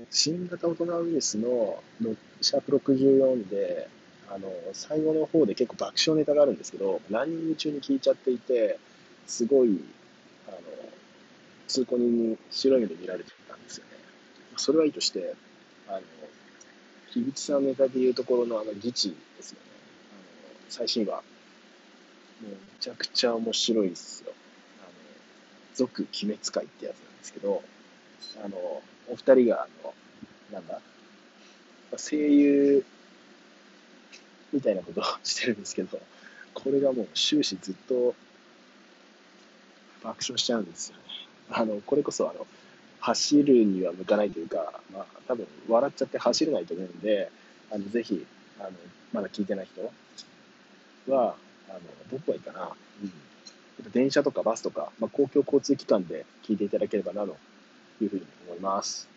新型大人ウイルスのシャープ64で、最後の方で結構爆笑ネタがあるんですけど、ランニング中に聞いちゃっていて、すごい、あの、通行人に白い目で見られてたんですよね。それはいいとして、あの、樋口さんネタでいうところの議事ですよね。最新話、もうめちゃくちゃ面白いですよ。続鬼滅会ってやつなんですけど、お二人が、なんだ、声優みたいなことをしてるんですけど、これがもう終始ずっと爆笑しちゃうんですよね。これこそ走るには向かないというか、まあ、多分笑っちゃって走れないと思うんで、ぜひ、あの、まだ聞いてない人は、どこがいいかな、うん、電車とかバスとか、まあ、公共交通機関で聞いていただければなというふうに思います。